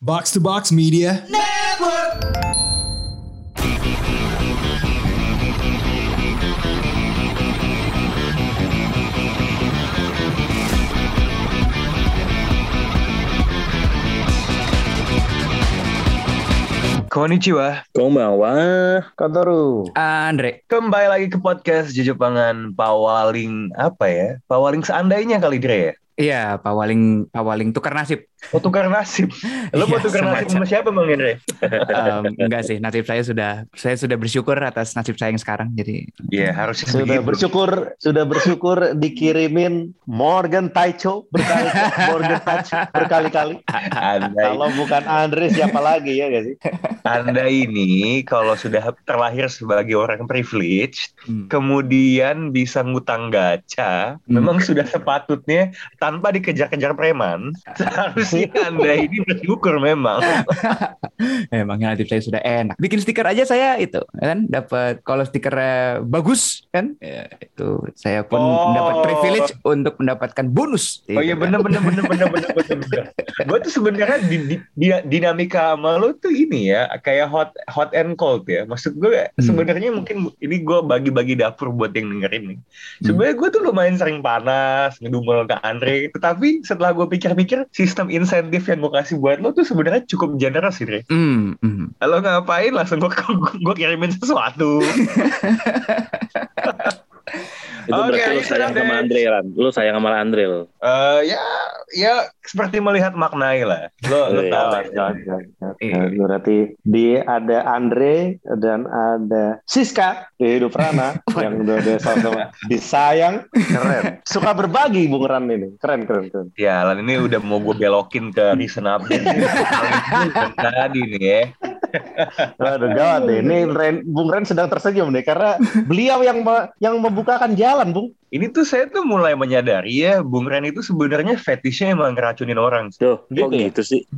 Box to Box Media Network. Konnichiwa. Konbanwa. Kotoru. Andre. Kembali lagi ke podcast Jejepangan Pawaling apa ya? Pawaling seandainya kali Dre ya? Iya, pawaling tukar nasib. Oh, tukar nasib. Lo mau Iya, tukar nasib sama semacam. siapa Bang Dre? Enggak sih, nasib saya sudah bersyukur atas nasib saya yang sekarang. Jadi Iya, harusnya Sudah begitu. bersyukur dikirimin Morgan Taicho berkali-kali. Anda, Kalau bukan Andre siapa lagi ya gak sih? Anda ini kalau sudah terlahir sebagai orang privileged, Hmm. kemudian bisa ngutang gacha, memang sudah sepatutnya tanpa dikejar-kejar preman. Seharusnya Anda ini bersyukur memang. emangnya nasib saya sudah enak. Bikin stiker aja saya itu kan dapat, kalau stikernya bagus kan, ya, itu saya pun mendapat privilege untuk mendapatkan bonus. Oh iya, Gitu kan. bener. Gue tuh sebenarnya dinamika sama lo tuh ini ya, kayak hot and cold ya. Maksud gue sebenarnya mungkin ini gue bagi-bagi dapur buat yang dengerin nih. Sebenarnya gue tuh lumayan sering panas ngedumel ke Andre, tetapi setelah gue pikir-pikir, sistem insentif yang gue kasih buat lo tuh sebenarnya cukup generous sih, Dre. Lo ngapain langsung gue kirimin sesuatu. Itu berarti lu sayang sama Andre, Lan. Lu sayang sama Andre lo. Ya seperti melihat maknai lah. Lo tahu lah. Berarti ada Andre dan ada Siska di hidup Rana yang udah sama-sama disayang. Keren. Suka berbagi Bung Ran ini. Keren. Ya, Lan, ini udah mau gue belokin ke recent update nih. Tadi nih ya. Waduh, gawat deh. Ini Bung Ren sedang tersenyum nih karena beliau yang membukakan jalan, Bung. Ini tuh saya tuh mulai menyadari ya, Bung Ren itu sebenarnya fetishnya emang ngeracunin orang. Tuh, Gitu kok ya? gitu sih?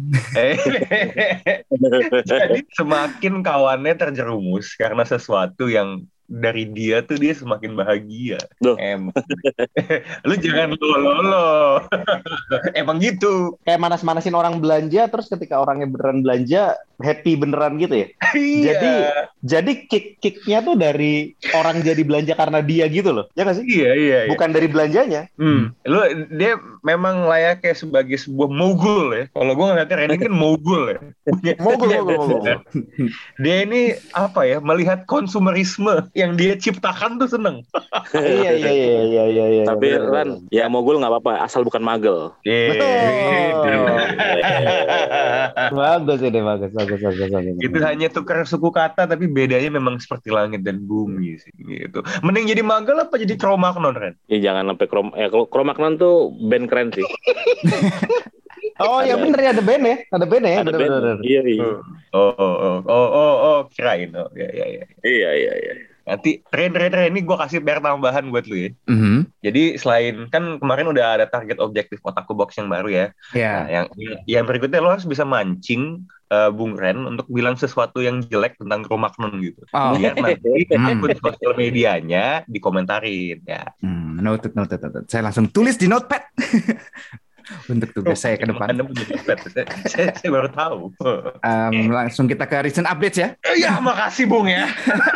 Jadi semakin kawannya terjerumus karena sesuatu yang dari dia tuh dia semakin bahagia. Duh. Emang. Lu jangan lolo. Emang gitu. Kayak manas-manasin orang belanja, terus ketika orangnya beneran belanja, happy beneran gitu ya? Iya. Jadi kick-kicknya tuh dari orang jadi belanja karena dia gitu loh. Ya nggak sih? Iya. Bukan dari belanjanya. Dia memang layaknya sebagai sebuah mogul ya. Kalau gue ngeliatnya Renin kan mogul ya. Mogul. Dia ini apa ya, melihat konsumerisme yang dia ciptakan tuh seneng. Iya. Tapi Ran, ya mogul nggak apa-apa, asal bukan magel. Bagus ini, bagus. Itu hanya tukar suku kata, tapi bedanya memang seperti langit dan bumi sih. Gitu. Mending jadi magel apa jadi Cro-Magnon, Ren? Ya jangan sampai Cro-Magnon tuh band keren sih. Oh ya bener ya, ada band ya. Ada band. Iya. Oh, kirain. Oh, ya. Iya. Nanti Ren ini gue kasih PR tambahan buat lu ya. Jadi selain kan kemarin udah ada target objektif Otaku Box yang baru ya. Ya. Nah, yang berikutnya lo harus bisa mancing Bung Ren untuk bilang sesuatu yang jelek tentang Cro-Magnon gitu. Oh. Biar nanti akun sosial medianya dikomentarin ya. Noted. Saya langsung tulis di notepad. Untuk tugas saya ke depan. Saya baru tahu. Langsung kita ke recent updates ya. Ya, makasih Bung ya.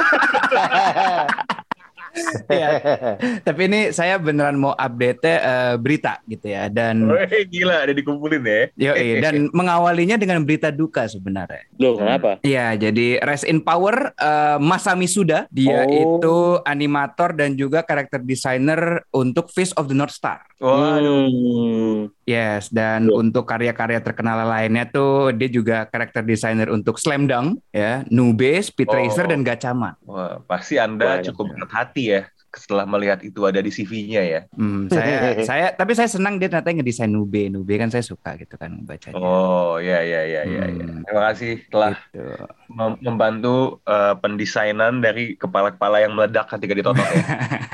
Ya. Tapi ini saya beneran mau update berita gitu ya, dan Gila, ada dikumpulin ya. dan mengawalinya dengan berita duka sebenarnya. Loh, kenapa? Ya, jadi rest in power Masami Suda. Dia itu animator dan juga karakter designer untuk Fist of the North Star. Waduh. Yes, dan untuk karya-karya terkenal lainnya tuh dia juga karakter designer untuk Slam Dunk ya, Nube, Speed Racer dan Gatchaman. Wah, pasti Anda cukup berat hati ya setelah melihat itu ada di CV-nya ya. Tapi saya senang dia ternyata ngedesain Nube kan saya suka gitu kan bacanya. Oh, ya. Terima kasih telah Gitu. membantu pendesainan dari kepala-kepala yang meledak ketika ditotok ya.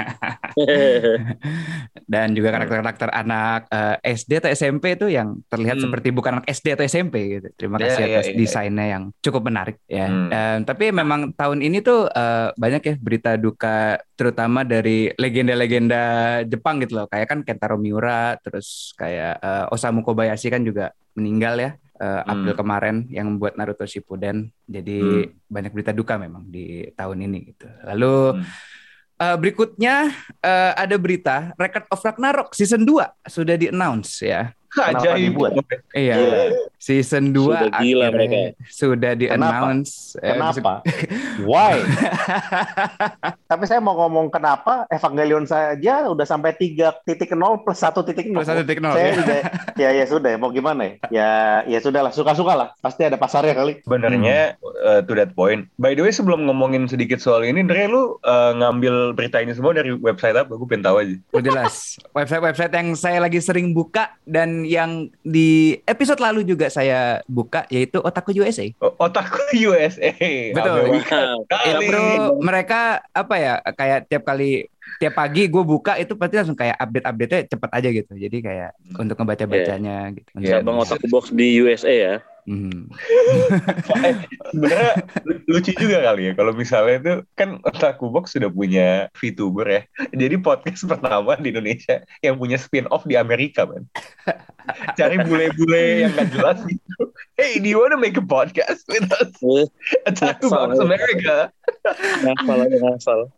Dan juga karakter-karakter anak SD atau SMP itu yang terlihat seperti bukan anak SD atau SMP gitu. Terima kasih atas desainnya yang cukup menarik ya. Tapi memang tahun ini tuh banyak ya berita duka, terutama dari legenda-legenda Jepang gitu loh. Kayak kan Kentaro Miura, terus kayak Osamu Kobayashi kan juga meninggal ya. April kemarin yang membuat Naruto Shippuden. Jadi banyak berita duka memang di tahun ini gitu. Lalu berikutnya ada berita Record of Ragnarok season 2 sudah di-announce ya. Kenapa dibuat? Iya. Season 2 Sudah gila mereka. Sudah di-announce. Kenapa? Why? Tapi saya mau ngomong kenapa Evangelion saja udah sampai 3.0 plus 1.0. Plus 1.0 saya ya sudah mau gimana ya sudahlah, suka-suka lah. Pasti ada pasarnya kali. Sebenarnya to that point. By the way, sebelum ngomongin sedikit soal ini, Dre, lu ngambil berita ini semua dari website apa? Gue pengen tahu aja. Oh jelas. Website yang saya lagi sering buka dan yang di episode lalu juga saya buka, yaitu Otaku USA. Otaku USA. Betul. Itu mereka apa ya, kayak tiap pagi gue buka itu pasti langsung kayak update-nya cepet aja gitu. Jadi kayak untuk ngebaca-bacanya gitu. Cabang Otaku Box di USA ya. Sebenarnya lucu juga kali ya kalau misalnya itu kan Otaku Box sudah punya VTuber ya. Jadi podcast pertama di Indonesia yang punya spin-off di Amerika, man. Cari bule-bule yang gak jelas gitu. Hey, do you want to make a podcast with us? Otaku Box America. Ngasal.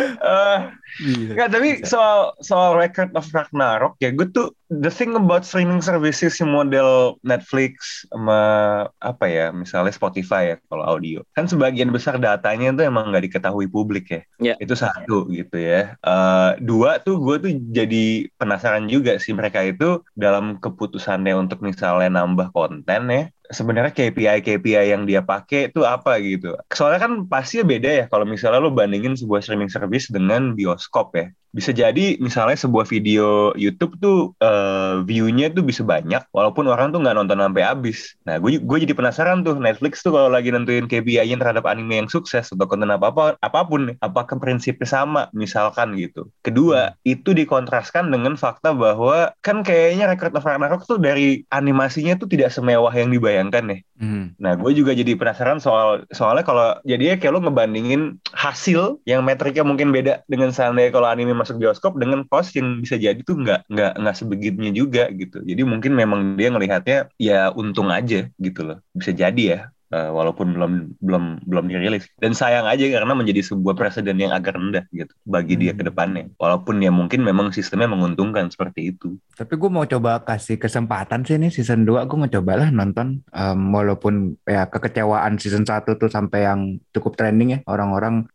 Nggak, tapi soal Record of Ragnarok ya, gue tuh the thing about streaming services yang model Netflix sama apa ya, misalnya Spotify ya kalau audio, kan sebagian besar datanya tuh emang nggak diketahui publik ya. Itu satu gitu ya. Dua tuh gue tuh jadi penasaran juga sih mereka itu dalam keputusannya untuk misalnya nambah konten ya, sebenarnya KPI yang dia pakai itu apa gitu. Soalnya kan pastinya beda ya kalau misalnya lo bandingin sebuah streaming service dengan bioskop ya. Bisa jadi misalnya sebuah video YouTube tuh view-nya tuh bisa banyak walaupun orang tuh nggak nonton sampai habis. Nah, gue jadi penasaran tuh Netflix tuh kalau lagi nentuin KPI-nya terhadap anime yang sukses atau konten apapun, apakah prinsipnya sama misalkan gitu. Kedua, itu dikontraskan dengan fakta bahwa kan kayaknya Record of Ragnarok tuh dari animasinya tuh tidak semewah yang dibayangkan ya. Nah, gue juga jadi penasaran soalnya kalau jadinya kayak lo ngebandingin hasil yang metriknya mungkin beda dengan seandainya kalau anime masuk bioskop dengan cost yang bisa jadi tuh nggak sebegitunya juga gitu. Jadi mungkin memang dia ngelihatnya ya untung aja gitu loh. Bisa jadi ya. Walaupun belum dirilis, dan sayang aja karena menjadi sebuah presiden yang agak rendah gitu bagi dia ke depannya, walaupun ya mungkin memang sistemnya menguntungkan seperti itu. Tapi gue mau coba kasih kesempatan sih nih season 2, gue mau cobalah nonton, walaupun ya kekecewaan season 1 tuh sampai yang cukup trending ya, orang-orang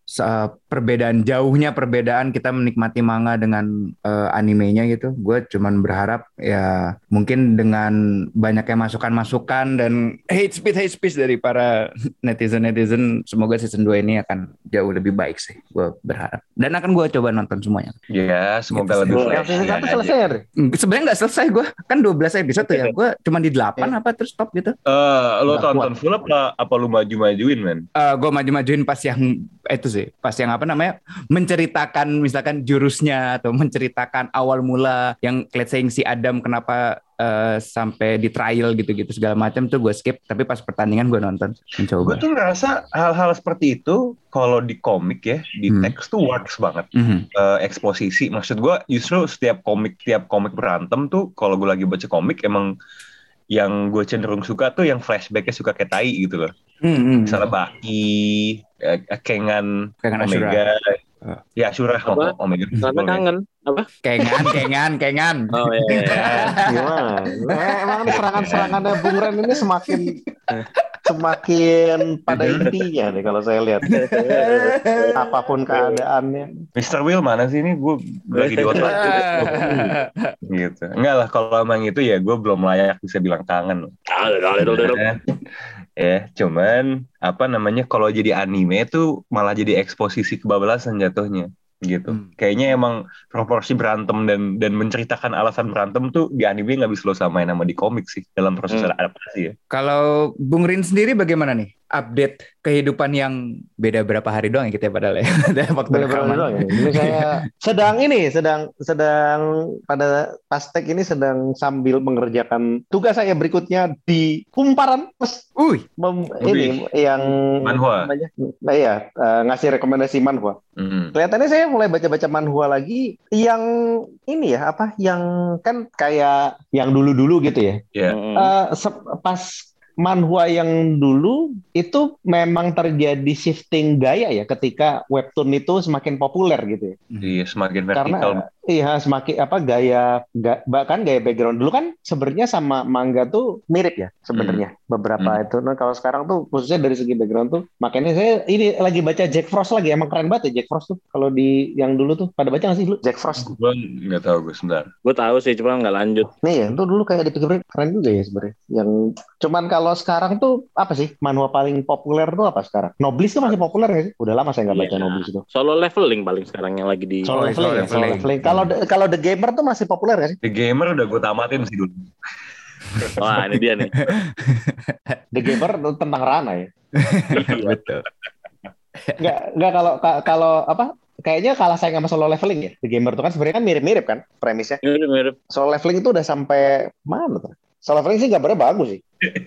jauhnya perbedaan kita menikmati manga dengan animenya gitu. Gue cuman berharap ya mungkin dengan banyaknya masukan-masukan dan hate speech dari para netizen, semoga season 2 ini akan jauh lebih baik sih, gue berharap. Dan akan gue coba nonton semuanya. Ya, semoga lebih baik. Yang season 1 selesai ya? Sebenarnya nggak selesai, gue kan 12 episode tuh ya, gue cuma di 8 apa terus stop gitu. Lo tonton full apa lu maju-majuin, men? Gue maju-majuin pas yang itu sih, pas yang apa namanya, menceritakan misalkan jurusnya atau menceritakan awal mula yang let's say si Adam kenapa sampai di trial gitu-gitu segala macam tuh gue skip, tapi pas pertandingan gue nonton mencoba. Gue tuh ngerasa hal-hal seperti itu kalau di komik ya, di teks tuh works banget. Eksposisi, maksud gue justru tiap komik berantem tuh kalau gue lagi baca komik emang yang gue cenderung suka tuh yang flashbacknya suka kayak tai gitu loh. Misalnya Baki, Kengan Omega. Ya Ashura Omega. Karena kangen apa? Kengan. Oh iya. Gimana? Emang serangan-serangannya Bung Ren ini semakin pada intinya nih kalau saya lihat. Apapun keadaannya. Mr. Will mana sih ini? Gue lagi di otak. Gitu. Enggak lah, kalau emang itu ya gue belum layak bisa bilang kangen. Ya, cuman apa namanya, kalau jadi anime tuh malah jadi eksposisi kebablasan jatuhnya gitu. Kayaknya emang proporsi berantem dan menceritakan alasan berantem tuh di anime nggak bisa lo samain sama di komik sih dalam proses adaptasi ya. Kalau Bung Rin sendiri bagaimana nih? Update kehidupan yang beda berapa hari doang ya kita padahal ya. Waktu rekaman. Ini saya sedang pada pastek ini sedang sambil mengerjakan tugas saya berikutnya di Kumparan. Ini yang manhwa. Iya, ngasih rekomendasi manhwa. Kelihatannya saya mulai baca-baca manhwa lagi yang ini ya, apa yang kan kayak yang dulu-dulu gitu ya. Yeah. Pas manhwa yang dulu itu memang terjadi shifting gaya ya ketika webtoon itu semakin populer gitu ya. Iya, semakin vertikal. Karena iya semakin bahkan gaya background dulu kan sebenarnya sama manga tuh mirip ya sebenarnya beberapa itu. Nah kalau sekarang tuh khususnya dari segi background tuh makanya saya ini lagi baca Jack Frost lagi, emang keren banget ya Jack Frost tuh. Kalau di yang dulu tuh pada baca nggak sih lu Jack Frost? Gue nggak tahu, gue sebentar. Gue tahu sih, cuma nggak lanjut. Nih ya, itu dulu kayak dipikir keren juga ya sebenarnya. Yang cuman kalau sekarang tuh apa sih manhwa paling populer tuh apa sekarang? Noblis tuh masih populer nggak sih? Udah lama saya nggak baca Noblis itu. Solo Leveling paling sekarang yang lagi di. Solo Leveling. Kalau The Gamer tuh masih populer nggak sih? The Gamer udah gue tamatin sih dulu. Wah, ini dia nih. The Gamer tentang Rana ya. Betul. Nggak kalau apa? Kayaknya kalah saing sama Solo Leveling ya. The Gamer tuh kan sebenarnya kan mirip-mirip kan premisnya. Mirip. Solo Leveling itu udah sampai mana tuh? Solo Leveling sih gambarnya bagus sih.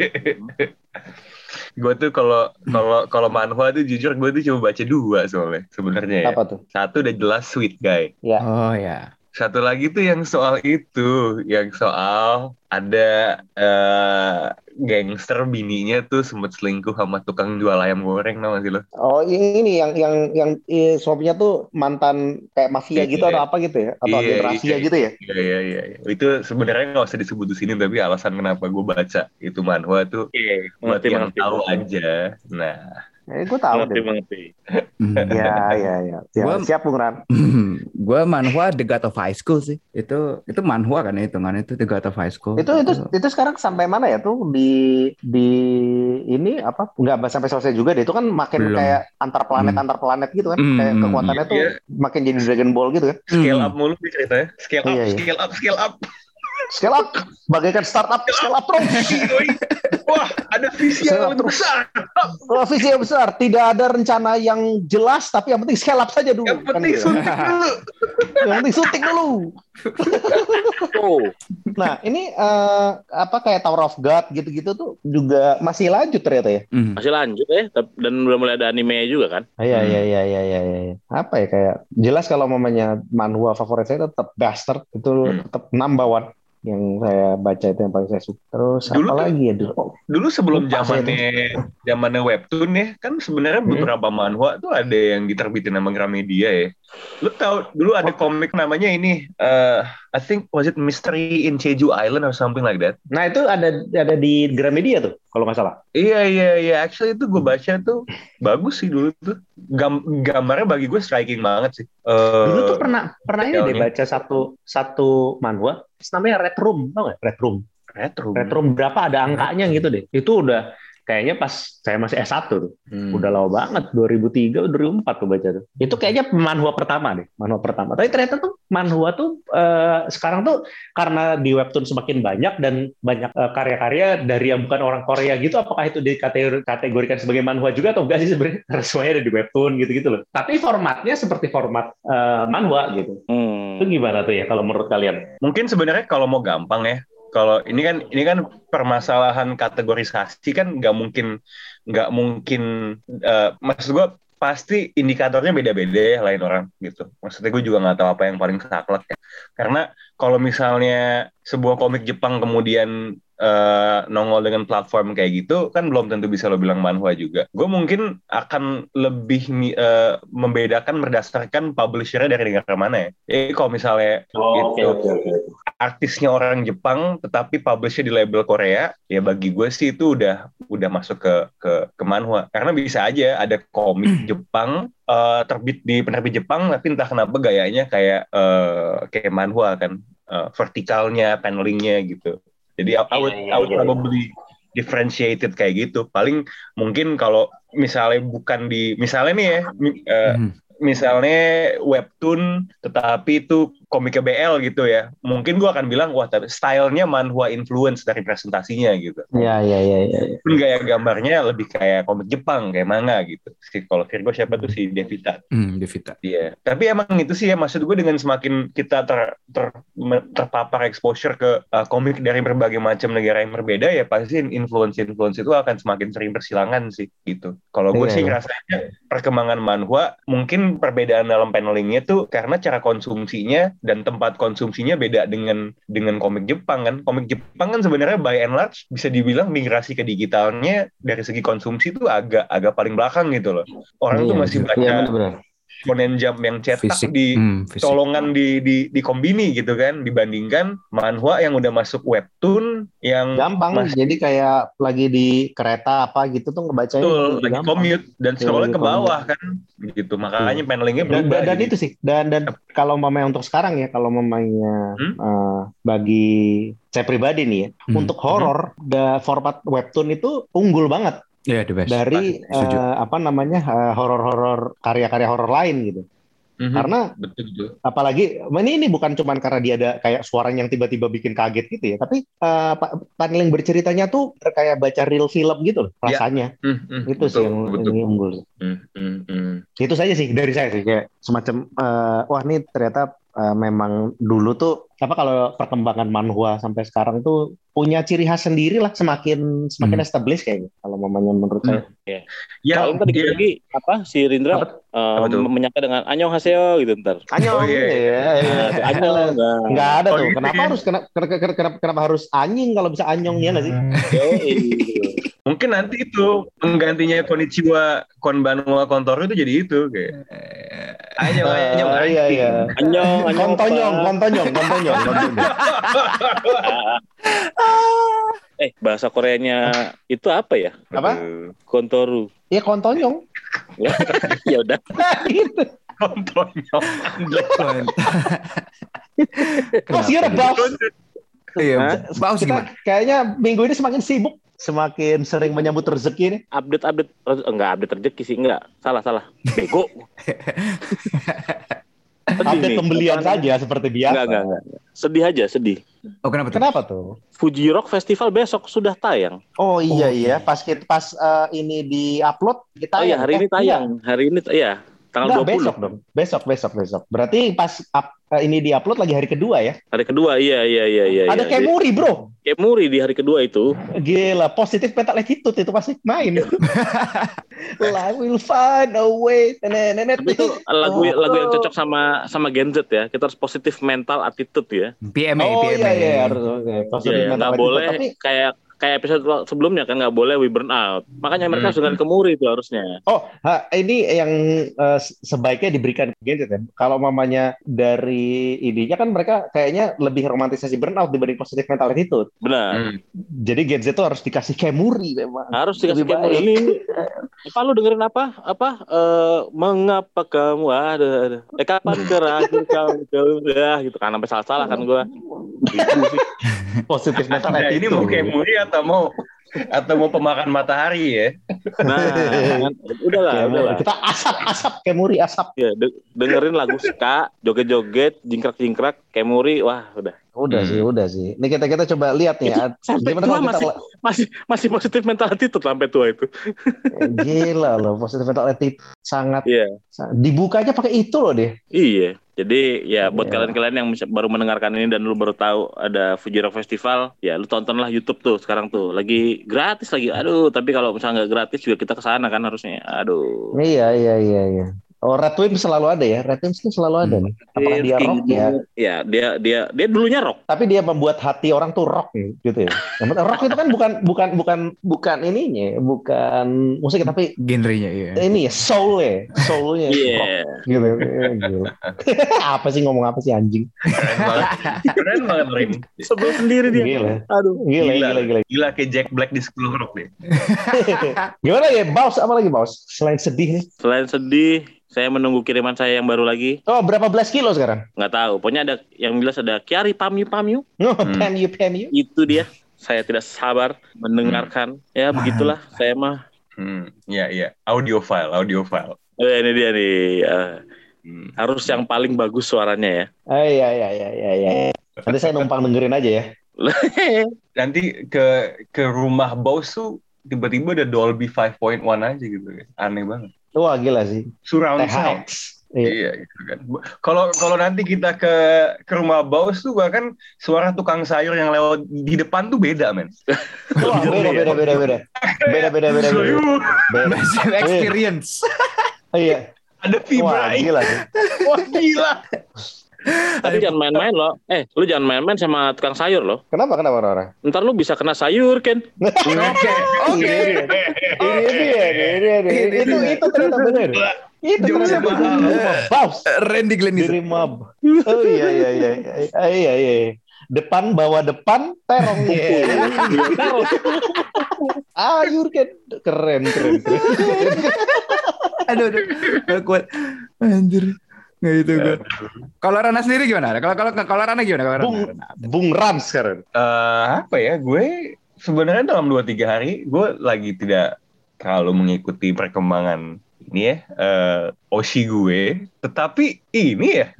Gue tuh kalau manhwa tuh jujur gue tuh cuma baca 2 soalnya sebenarnya ya. Apa tuh? Satu udah jelas Sweet Guy. Ya. Oh ya. Satu lagi tuh yang soal ada gangster bininya tuh sempet selingkuh sama tukang jual ayam goreng, tau gak sih lo? Oh ini yang suaminya tuh mantan kayak mafia gitu atau apa gitu ya? Atau agen rahasia gitu ya? Iya. Itu sebenarnya nggak usah disebut di sini, tapi alasan kenapa gue baca itu manhwa tuh buat yang tahu aja. Nah. Gue tahu deh. Mengerti. Ya. Siap Bung Ran. Gue manhwa The God of High School sih. Itu manhwa kan hitungannya itu The God of High School. Itu sekarang sampai mana ya tuh di ini apa? Nggak sampai selesai juga deh. Itu kan makin Belum. kayak antar planet gitu kan. Kayak kekuatannya tuh makin jadi Dragon Ball gitu kan. Scale up mulu nih ceritanya. Scale up. Scale up, bagaikan startup, scale up terus. Wah, ada visi yang lebih besar. Visi yang besar, tidak ada rencana yang jelas, tapi yang penting scale up saja dulu. Yang penting suntik dulu. Nah, ini kayak Tower of God gitu-gitu tuh juga masih lanjut ternyata ya. Masih lanjut ya, dan udah mulai ada anime juga kan. Iya. Apa ya kayak jelas kalau mamanya manhwa favorit saya tetap Bastard itu tetap number one yang saya baca itu yang paling saya suka. Terus dulu apa lagi ya dulu sebelum zamannya webtoon ya kan sebenarnya beberapa manhwa tuh ada yang diterbitin sama Gramedia ya. Lu tahu dulu ada komik namanya ini I think was it Mystery in Jeju Island or something like that. Nah itu ada di Gramedia tuh kalau nggak salah. Iya. Actually itu gue baca tuh bagus sih dulu tuh. Gambarnya bagi gue striking banget sih. Dulu tuh pernah ini deh baca satu manhwa namanya Red Room, tau nggak? Red Room berapa ada angkanya gitu deh. Itu udah kayaknya pas saya masih S1 tuh. Udah lama banget, 2003, 2004 tuh baca tuh. Itu kayaknya manhwa pertama. Tapi ternyata tuh manhwa tuh sekarang tuh karena di webtoon semakin banyak dan banyak karya-karya dari yang bukan orang Korea gitu, apakah itu dikategorikan sebagai manhwa juga atau enggak sih sebenarnya? Karena semuanya ada di webtoon gitu loh. Tapi formatnya seperti format manhwa gitu. Itu gimana tuh ya kalau menurut kalian? Mungkin sebenarnya kalau mau gampang ya, kalau ini kan permasalahan kategorisasi kan nggak mungkin maksud gue pasti indikatornya beda-beda ya lain orang gitu. Maksudnya gue juga nggak tahu apa yang paling saklek ya. Karena kalau misalnya sebuah komik Jepang kemudian nongol dengan platform kayak gitu kan belum tentu bisa lo bilang manhwa juga. Gue mungkin akan lebih membedakan berdasarkan publisher-nya dari negara mana ya. Jadi kalau misalnya okay. Artisnya orang Jepang tetapi publisher di label Korea, ya bagi gue sih itu udah masuk ke manhwa. Karena bisa aja ada komik Jepang terbit di penerbit Jepang tapi entah kenapa gayanya kayak manhwa kan, vertikalnya, panelingnya gitu. Jadi I would probably differentiated kayak gitu. Paling mungkin kalau misalnya bukan misalnya nih ya, misalnya webtoon tetapi itu komiknya BL gitu ya, mungkin gue akan bilang wah tapi stylenya manhwa influence dari presentasinya gitu. Iya. Pun gaya gambarnya lebih kayak komik Jepang kayak manga gitu. Kalau Virgo siapa tuh si Devita. Devita. Iya. Tapi emang itu sih ya, maksud gue dengan semakin kita terpapar exposure ke komik dari berbagai macam negara yang berbeda ya pasti influence itu akan semakin sering bersilangan sih gitu. Kalau gue sih ngerasanya perkembangan manhwa mungkin perbedaan dalam panelingnya tuh karena cara konsumsinya dan tempat konsumsinya beda dengan komik Jepang kan. Komik Jepang kan sebenarnya by and large bisa dibilang migrasi ke digitalnya dari segi konsumsi tuh agak paling belakang gitu loh. Orang tuh masih baca Shonen Jump yang cetak colongan di kombini gitu kan, dibandingkan manhwa yang udah masuk webtoon yang gampang. Jadi kayak lagi di kereta apa gitu tuh ngebacanya lagi commute dan scrollnya ke bawah kan gitu. Makanya panelingnya berubah. Dan itu sih. Dan kalau mamanya untuk sekarang ya, kalau mamanya bagi saya pribadi nih ya, untuk horor format webtoon itu unggul banget. Yeah, the best. Dari horor-horor karya-karya horor lain gitu. Karena betul. Apalagi ini bukan cuma karena dia ada kayak suaranya yang tiba-tiba bikin kaget gitu ya, tapi paneling berceritanya tuh kayak baca real film gitu loh rasanya. Itu sih yang unggul. Itu saja sih dari saya sih, kayak semacam wah ini ternyata memang dulu tuh kalau perkembangan manhwa sampai sekarang tuh punya ciri khas sendiri lah, semakin established kayaknya kalau mamanya menurut saya. Ya, tadi lagi si Rindra menyangka dengan annyeonghaseyo gitu ntar. Annyeong Annyeong nggak ada tuh. Kenapa harus anjing kalau bisa anyongnya nggak sih? Mungkin nanti itu penggantinya konnichiwa, konbanwa, kontoru itu jadi itu kayak Annyeong, kontonyong. Bahasa Koreanya itu apa ya? Apa? Kontoru. Ya kontonyong. Ya udah. Gitu. Kontonyong. Mas Yura Baus. Iya, Baus gimana? Kayaknya minggu ini semakin sibuk, semakin sering menyambut rezeki nih. Update rezeki sih, enggak. Salah. Bego. Update pembelian saja seperti biasa. Enggak. Sedih. Oh, kenapa tuh? Fuji Rock Festival besok sudah tayang. Oh iya. Pas ini di-upload kita hari ini tayang. Hari ini tanggal 20. Besok dong. Besok. Berarti pas ini di-upload lagi hari kedua ya? Hari kedua, iya. Ada Kemuri, bro. Kemuri di hari kedua itu. Gila, positif mental attitude itu pasti main. Life will find a way. Itu lagu yang cocok sama Gen Z ya. Kita harus positif mental attitude ya. PMA. Iya, harus. Positif mental attitude. Boleh tapi kayak episode sebelumnya kan nggak boleh we burn out. Makanya mereka harus dengan Kemuri itu harusnya. Ini yang sebaiknya diberikan Gen Z kan. Kalau mamanya dari ininya kan mereka kayaknya lebih romantisasi burnout dibanding positif mental attitude. Benar. Jadi Gen Z itu harus dikasih Kemuri memang. Harus dikasih Kemuri. Ini apa lu dengerin apa? Mengapa kamu ada? Kapan terakhir kamu gitu kan sampai salah kan gua. Positif mental attitude. Ini mau Kemuri atau mau pemakan matahari ya? Nah, udahlah. Kita asap Kemuri asap. Ya, dengerin lagu ska, joget-joget, jingkrak-jingkrak, Kemuri, wah udah. Udah sih. Ini kita coba lihat nih. Sampai tua masih positif mental attitude sampai tua itu. Gila loh, positif mental attitude sangat. Dibukanya pakai itu loh deh. Iya. Jadi ya buat kalian yang baru mendengarkan ini dan lu baru tahu ada Fuji Rock Festival, ya lu tontonlah YouTube tuh sekarang tuh. Lagi gratis lagi. Aduh, tapi kalau misalnya nggak gratis juga kita kesana kan harusnya. Aduh. Iya. Oh, Red Wimps selalu ada ya. Red Wimps itu selalu ada nih. Apakah dia rock ya? Ya, dia dulunya rock. Tapi dia membuat hati orang tuh rock gitu ya. Rock itu kan bukan ininya, bukan musik tapi genrenya ya. Ini ya soulnya. Iya. Gitu. Apa sih ngomong apa sih anjing? Keren banget Rin. Sebel sendiri dia. Gila. Aduh. Gila kayak Jack Black di 10 huruf deh. Gimana ya, Baus? Apa lagi Baus? Selain sedih nih. Selain sedih, saya menunggu kiriman saya yang baru lagi. Oh, berapa belas kilo sekarang? Nggak tahu. Pokoknya ada yang jelas ada Kiari Pamyu. Pamyu. Itu dia. Saya tidak sabar mendengarkan. Ya begitulah saya mah. Iya. Audiophile. Ini dia nih. Harus yang paling bagus suaranya ya. Iya. Nanti saya numpang dengerin aja ya. Nanti ke rumah Baus tuh tiba-tiba ada Dolby 5.1 aja gitu. Aneh banget. Wah gila sih. Surround sound. Iya gitu kan. Kalau nanti kita ke rumah Baus tuh bahkan suara tukang sayur yang lewat di depan tuh beda men. Wah beda. Massive experience. Iya. Ada vibra. Wah gila sih. Wah gila. Tapi jangan main-main loh. Lu jangan main-main sama tukang sayur loh. Kenapa orang? Ntar lu bisa kena sayur, Ken. Oke. Ini dia. Itu ternyata benar. Itu ternyata benar. Randy Glenn Dari mob. Oh iya. Depan bawa depan terong. Ayur kan keren. Aduh, gak kuat. Anjir. Nggak itu gue. Kalau Rana sendiri gimana? Kalau Rana gimana? Bung Ram sekarang. Apa ya? Gue sebenarnya dalam 2-3 hari gue lagi tidak terlalu mengikuti perkembangan ini ya Oshi gue. Tetapi ini ya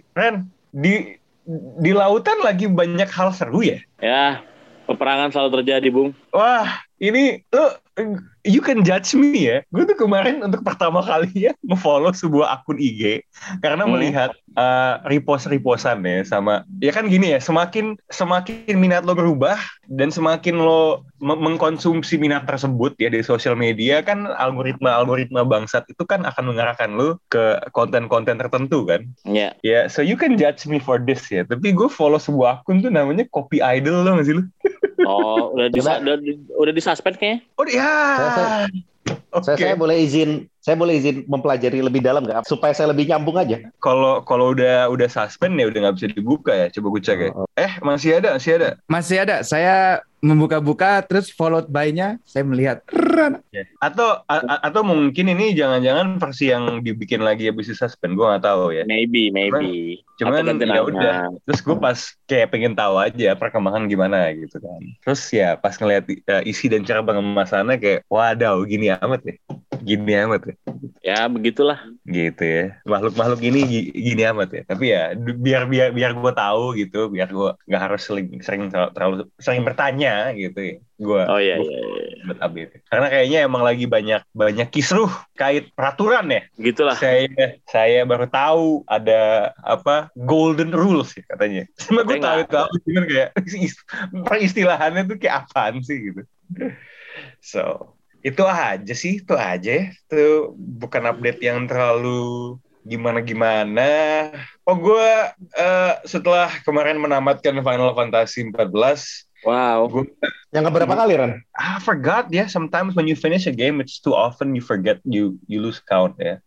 di lautan lagi banyak hal seru ya. Ya, peperangan selalu terjadi, Bung. Wah, ini you can judge me ya. Gue tuh kemarin untuk pertama kali ya nge-follow sebuah akun IG karena melihat repost-repostan ya sama ya kan gini ya, semakin minat lo berubah dan semakin lo mengkonsumsi minat tersebut ya di sosial media kan algoritma bangsat itu kan akan mengarahkan lo ke konten-konten tertentu kan. Iya. Ya, so you can judge me for this ya. Tapi gue follow sebuah akun tuh namanya Copy Idol lo nggak sih lo? Oh, udah di suspend kayaknya. Oh ya. Saya boleh izin mempelajari lebih dalam nggak supaya saya lebih nyambung aja. Kalau udah suspend ya udah nggak bisa dibuka ya. Coba gue cek ya. Masih ada. Saya membuka-buka terus followed by-nya saya melihat atau mungkin ini jangan-jangan versi yang dibikin lagi habis suspend, gue nggak tahu ya. Maybe. Cuman ya udah. Terus gue pas kayak pengen tahu aja perkembangan gimana gitu kan. Terus ya pas ngeliat isi dan cara pengemasana kayak wadaw gini amat ya. Ya begitulah. Gitu ya. Makhluk ini gini amat ya. Tapi ya biar gue tahu gitu, biar gue nggak harus terlalu sering bertanya gitu ya. Gue buat update. Karena kayaknya emang lagi banyak kisruh kait peraturan ya. Gitulah. Saya baru tahu ada golden rules ya katanya. Cuma gue tahu cuman kayak peristilahannya tuh kayak apaan sih gitu. So itu aja ya. Itu bukan update yang terlalu gimana. Oh gue setelah kemarin menamatkan Final Fantasy 14. Wow. Yang keberapa kali, Ran? I forgot ya. Sometimes when you finish a game, it's too often you forget you lose count ya.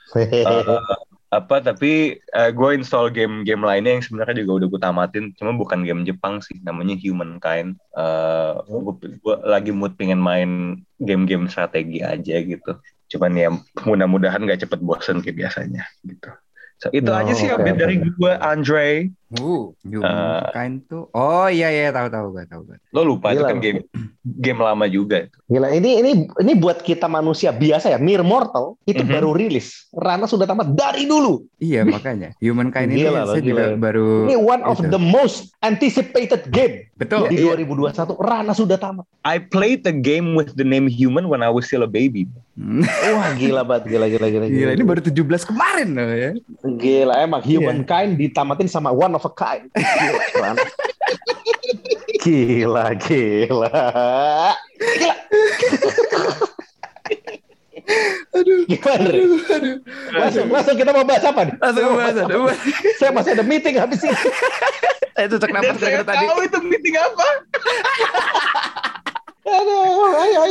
Tapi gue install game lainnya yang sebenarnya juga udah gue tamatin. Cuma bukan game Jepang sih. Namanya Humankind. Gue lagi mood pengen main game-game strategi aja gitu. Cuman ya mudah-mudahan gak cepet bosen kayak biasanya gitu. So, itu aja sih update dari gue, Andre. Humankind tuh. Oh iya tahu gue. Lo lupa itu kan game lama juga itu. Gila, ini buat kita manusia biasa ya, mere mortal itu baru rilis. Rana sudah tamat dari dulu. Iya, makanya. Humankind ini saya juga baru. Ini one of the most anticipated game. Betul. Di 2021 Rana sudah tamat. I played the game with the name Human when I was still a baby. Wah, gila banget, gila. Gila, ini baru 17 kemarin loh ya. Gila, emang Humankind ditamatin sama One of a Kind. Gila. Aduh. Gimana? Langsung kita mau bahas apa nih? Saya masih ada meeting habis ini. Saya cocok napas gara-gara tadi. Tahu itu meeting apa? Aduh, ayo.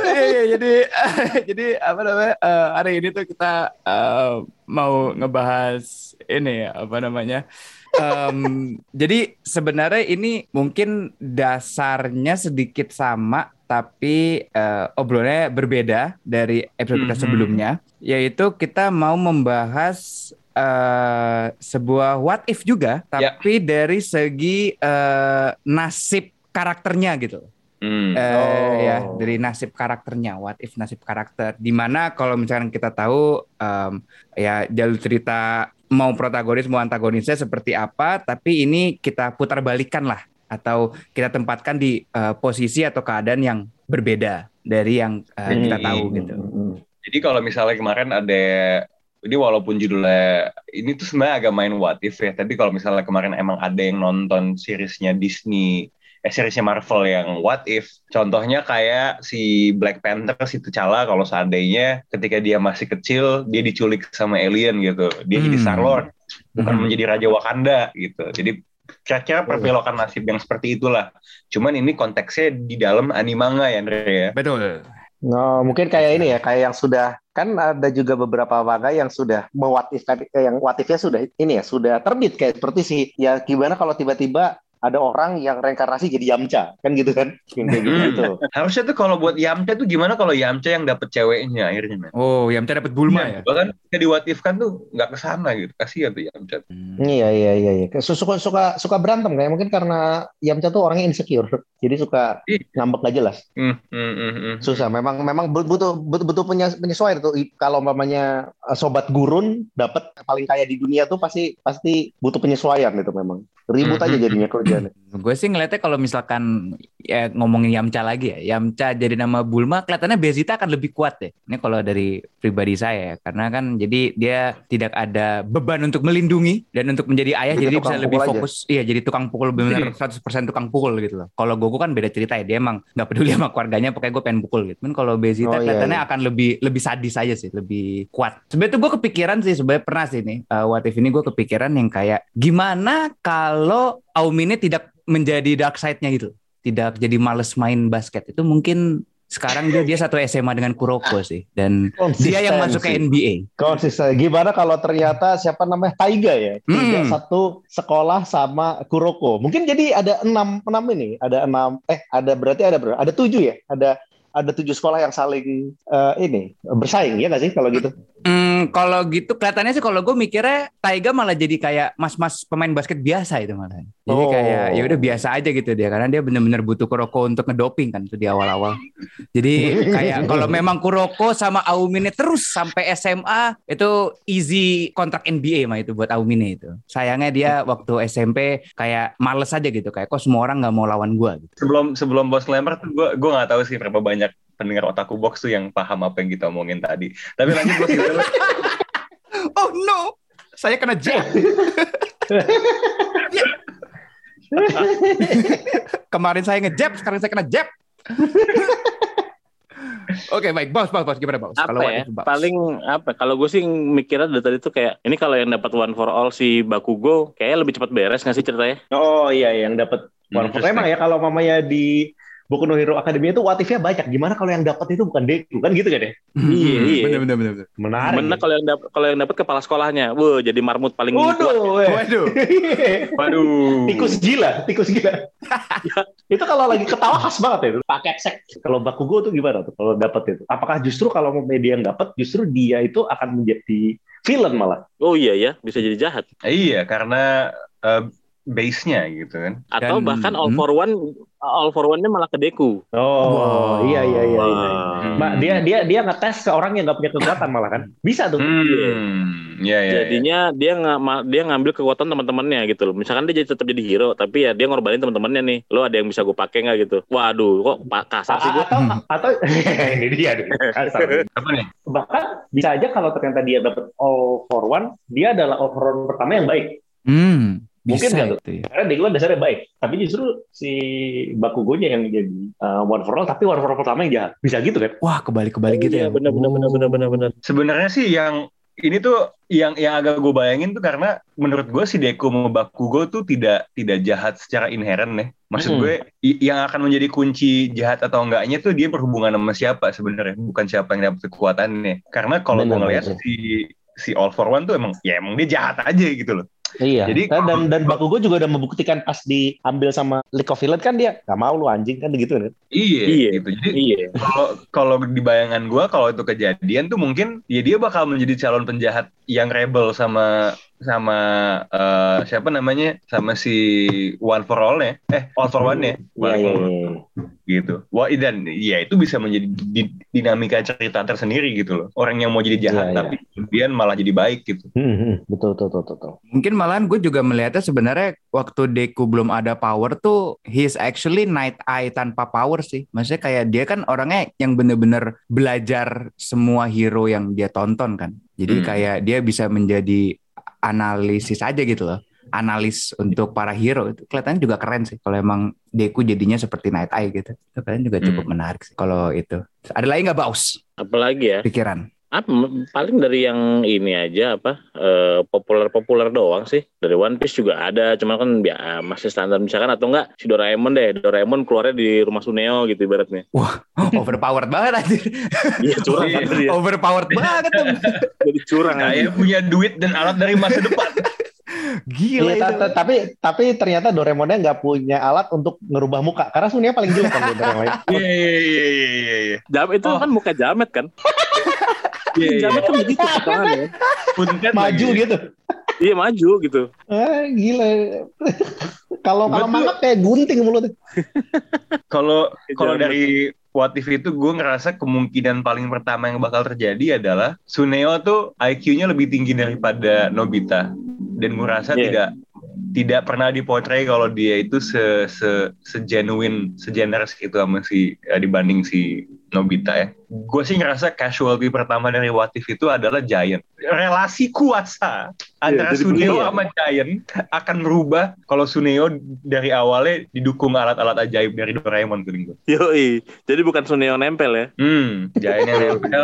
Jadi apa namanya? Hari ini tuh kita mau ngebahas ini ya, apa namanya? Jadi sebenarnya ini mungkin dasarnya sedikit sama, tapi obrolannya berbeda dari episode kita sebelumnya, yaitu kita mau membahas sebuah what if juga, tapi dari segi nasib karakternya gitu. Ya, dari nasib karakternya, what if nasib karakter. Dimana kalau misalkan kita tahu ya jalur cerita mau protagonis mau antagonisnya seperti apa, tapi ini kita putar balikan lah, atau kita tempatkan di posisi atau keadaan yang berbeda dari yang kita tahu gitu. Jadi kalau misalnya kemarin ada, ini walaupun judulnya ini tuh sebenarnya agak main what if ya, tapi kalau misalnya kemarin emang ada yang nonton seriesnya Disney, seriesnya Marvel yang what if, contohnya kayak si Black Panther, si T'Challa, kalau seandainya ketika dia masih kecil dia diculik sama alien gitu, dia jadi Star-Lord. bukan menjadi Raja Wakanda gitu. Jadi kira-kira perbelokan nasib yang seperti itulah. Cuman ini konteksnya di dalam animanga ya, Andre ya. Betul. No, mungkin kayak ini ya, kayak yang sudah kan ada juga beberapa manga yang sudah mewatifkan, yang watifnya sudah ini ya, sudah terbit kayak seperti sih. Ya gimana kalau tiba-tiba ada orang yang reinkarnasi jadi Yamcha, kan gitu kan? Kayak gitu. Harusnya tuh kalau buat Yamcha tuh gimana kalau Yamcha yang dapet ceweknya akhirnya, man? Oh, Yamcha dapet Bulma ya? Bahkan kayak diwatifkan tuh nggak kesana gitu. Kasihan tuh Yamcha. Iya. Suka berantem kayak mungkin karena Yamcha tuh orangnya insecure. Jadi suka ngambek gak jelas. Susah. Memang butuh penyesuaian tuh. Kalau umpamanya sobat gurun dapat paling kaya di dunia tuh pasti butuh penyesuaian itu memang. Ribut aja jadinya kerjaannya. Gue sih ngeliatnya kalau misalkan ya ngomongin Yamcha lagi ya, Yamcha jadi nama Bulma kelihatannya Bezita akan lebih kuat deh. Ini kalau dari pribadi saya, karena kan jadi dia tidak ada beban untuk melindungi dan untuk menjadi ayah, jadi bisa lebih fokus. Iya, jadi tukang pukul, benar 100% tukang pukul gitu loh. Kalau Goku kan beda cerita ya, dia emang nggak peduli sama keluarganya, pokoknya gue pengen pukul gitu. Men kalau Bezita kelihatannya akan lebih sadis aja sih, lebih kuat. Sebenarnya tuh gue kepikiran sih, sebenarnya pernah sih nih, what if ini gue kepikiran yang kayak gimana kalau Aomine tidak menjadi dark side-nya gitu, tidak jadi males main basket. Itu mungkin sekarang dia satu SMA dengan Kuroko sih, dan dia yang masuk ke NBA. Konsisten. Gimana kalau ternyata siapa namanya Taiga ya, Taiga satu sekolah sama Kuroko. Mungkin jadi ada enam ini, ada berarti ada 7 ya, ada 7 sekolah yang saling ini bersaing ya nggak sih kalau gitu? Kalau gitu kelihatannya sih, kalau gue mikirnya Taiga malah jadi kayak mas-mas pemain basket biasa itu malah. Jadi kayak ya udah biasa aja gitu dia, karena dia benar-benar butuh Kuroko untuk ngedoping kan itu di awal-awal. Jadi kayak kalau memang Kuroko sama Aomine terus sampai SMA itu easy kontrak NBA mah itu buat Aomine itu. Sayangnya dia waktu SMP kayak males aja gitu, kayak kok semua orang nggak mau lawan gue gitu. Sebelum bos lempar tuh gue nggak tahu sih berapa banyak pendengar Otaku Box tuh yang paham apa yang kita omongin tadi. Tapi lanjut bos. Oh no, saya kena jab. Kemarin saya ngejab, sekarang saya kena jab. Oke, baik, bos, gimana bos? Kalau paling apa? Kalau gue sih mikirnya dari tadi tuh kayak ini kalau yang dapat One for All si Bakugo, kayaknya lebih cepat beres nggak sih ceritanya? Oh iya, yang dapat One for All emang ya, kalau mamanya di Boku no Hero Academia itu what if-nya banyak. Gimana kalau yang dapat itu bukan Deku, kan gitu kan ya? Iya. Benar. Menarik. Benar kalau yang dapat kepala sekolahnya. Wah, jadi marmut paling kuat. Waduh. Tikus gila. Itu kalau lagi ketawa khas banget ya itu. Pakai sek. Kalau Bakugo tuh gimana tuh kalau dapat itu? Apakah justru kalau media yang dapat justru dia itu akan menjadi villain malah? Oh iya ya, bisa jadi jahat. Iya, karena base-nya gitu kan. Atau bahkan all for one-nya malah ke Deku. Iya. Dia ngetes ke orang yang nggak punya kekuatan malah kan. Bisa tuh. Jadinya dia ngambil kekuatan teman-temannya gitu loh. Misalkan dia tetap jadi hero, tapi ya dia ngorbanin teman-temannya nih. Lo ada yang bisa gue pakai nggak gitu? Waduh, kok kasar sih gue. Atau ini dia nih. Kasar. Apa nih? Bahkan bisa aja kalau ternyata dia dapat all for one, dia adalah all for one pertama yang baik. Mungkin kan ya. Karena Deku dasarnya baik, tapi justru si Bakugonya yang jadi one for all, tapi one for all pertama yang jahat. Bisa gitu kan? Wah, kebalik gitu ya. Benar. Sebenarnya sih yang ini tuh yang agak gue bayangin tuh, karena menurut gue si Deku sama Bakugo tuh tidak jahat secara inheren ya. Maksud gue yang akan menjadi kunci jahat atau enggaknya tuh dia berhubungan sama siapa sebenarnya, bukan siapa yang dapat kekuatannya. Karena kalau gue ngeliat si All for One tuh emang dia jahat aja gitu loh. Iya. Jadi dan Bakugo juga udah membuktikan pas diambil sama League of Villains kan dia nggak mau lu anjing kan gitu kan. Iya. Gitu. Jadi kalau di bayangan gue kalau itu kejadian tuh mungkin ya dia bakal menjadi calon penjahat yang rebel sama siapa namanya, sama si One for All-nya. All for One-nya. Gitu. Wah, dan ya itu bisa menjadi dinamika cerita tersendiri gitu loh. Orang yang mau jadi jahat tapi kemudian malah jadi baik gitu. Betul. Mungkin malahan gue juga melihatnya sebenarnya waktu Deku belum ada power tuh he's actually Night Eye tanpa power sih. Maksudnya kayak dia kan orangnya yang bener-bener belajar semua hero yang dia tonton kan. Jadi kayak dia bisa menjadi analisis aja gitu loh. Analis untuk para hero itu kelihatannya juga keren sih. Kalau emang Deku jadinya seperti Night Eye gitu, itu kalian juga cukup menarik sih. Kalau itu ada lagi nggak Baus? Apalagi ya? Pikiran? Paling dari yang ini aja populer-populer doang sih. Dari One Piece juga ada, cuma kan ya masih standar misalkan atau enggak si Doraemon deh. Doraemon keluarnya di rumah Suneo gitu ibaratnya. Wah, overpowered banget anjir. Iya curang kan dia. Overpowered banget tuh. Jadi curang aja. Punya duit dan alat dari masa depan. Gila Iya, itu. tapi ternyata Doraemonnya nggak punya alat untuk ngerubah muka karena Suneo paling jelek kan dari yang lain. Iya. Jamet itu kan muka Jamet kan. Jamet kan begitu potongannya. Maju gitu. Iya maju gitu. Gila. Kalau mangap kayak gunting mulutnya. Kalau dari What If itu gue ngerasa kemungkinan paling pertama yang bakal terjadi adalah Suneo tuh IQ-nya lebih tinggi daripada Nobita, dan gue rasa tidak pernah dipotret kalau dia itu segenuine, segenerous itu sama dibanding si Nobita ya. Gue sih ngerasa casualty pertama dari What If itu adalah Giant. Relasi kuasa antara Suneo sama Giant akan berubah kalau Suneo dari awalnya didukung alat-alat ajaib dari Doraemon tuh. Yoi, jadi bukan Suneo nempel ya? Giant yang nempel,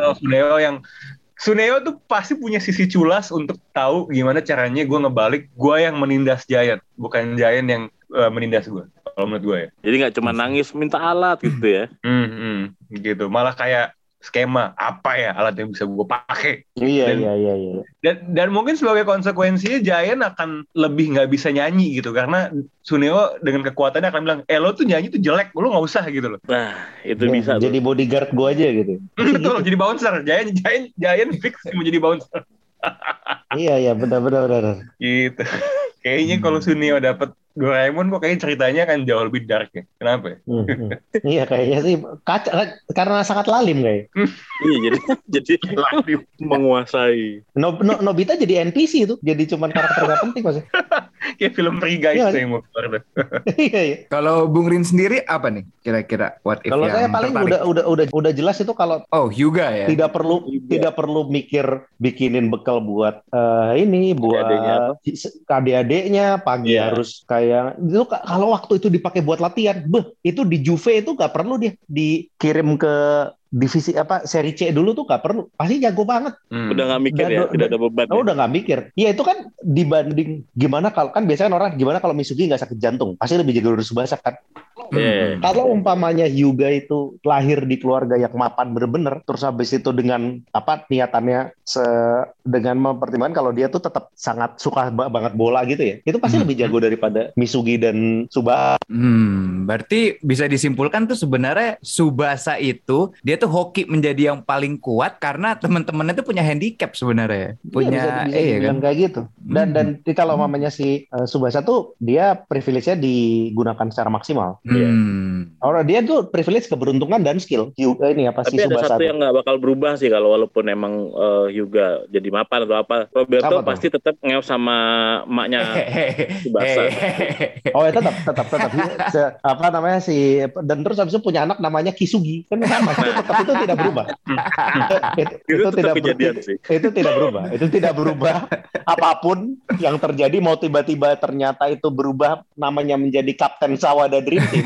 Suneo tuh pasti punya sisi culas untuk tahu gimana caranya gue ngebalik gue yang menindas Giant, bukan Giant yang menindas gue. Kalau menurut gue ya. Jadi nggak cuma nangis minta alat gitu ya? Gitu. Malah kayak skema apa ya alat yang bisa gue pakai. Iya. Dan mungkin sebagai konsekuensinya Giant akan lebih nggak bisa nyanyi gitu karena Suneo dengan kekuatannya akan bilang, lo tuh nyanyi tuh jelek, lo nggak usah gitu loh. Nah itu bisa. Jadi bodyguard gue aja gitu. Betul, jadi bouncer. Giant fix mau jadi bouncer. Iya benar. Gitu. Kayaknya kalau Suneo dapat Doraemon kok kayaknya ceritanya kan jauh lebih dark ya. Kenapa ya? Iya kayaknya sih karena sangat lalim kayak. Iya jadi lalim menguasai. Nobita jadi NPC itu, jadi cuman karakter gak penting maksudnya. Kayak film Free Guys yang mau keluar. Iya. Kalau Bung Rin sendiri apa nih kira-kira What If Kalau yang saya paling tertarik? udah jelas itu kalau Hyuga ya. Tidak perlu mikir bikinin bekal buat buat adik-adiknya pagi harus kayak itu. Kalau waktu itu dipakai buat latihan, itu di Juve itu gak perlu dia dikirim ke divisi seri C dulu tuh gak perlu, pasti jago banget. Udah nggak mikir tidak ada beban. Udah nggak mikir. Ya itu kan dibanding gimana kalau kan biasanya orang gimana kalau Misugi nggak sakit jantung, pasti lebih jago dari Tsubasa kan. Kalau umpamanya Hyuga itu lahir di keluarga yang mapan bener-bener, terus habis itu dengan niatannya dengan mempertimbangkan kalau dia tuh tetap sangat suka banget bola gitu ya, itu pasti lebih jago daripada Misugi dan Tsubasa. Berarti bisa disimpulkan tuh sebenarnya Tsubasa itu dia tuh hoki menjadi yang paling kuat karena teman-temannya tuh punya handicap sebenarnya. Punya bisa dibilang kayak gitu. Dan kalau mamanya si Tsubasa tuh dia privilege-nya digunakan secara maksimal. Orang dia tuh privilege, keberuntungan dan skill. Tapi ada satu yang nggak bakal berubah sih kalau walaupun emang Hyuga jadi mapan atau apa. Roberto pasti tetap ngew sama emaknya Tsubasa. Tetap. Apa namanya dan terus habis itu punya anak namanya Kisugi. Kan sama. Itu tidak berubah. Itu tidak berubah. Apapun yang terjadi, mau tiba-tiba ternyata itu berubah namanya menjadi Kapten Sawada Dream Team.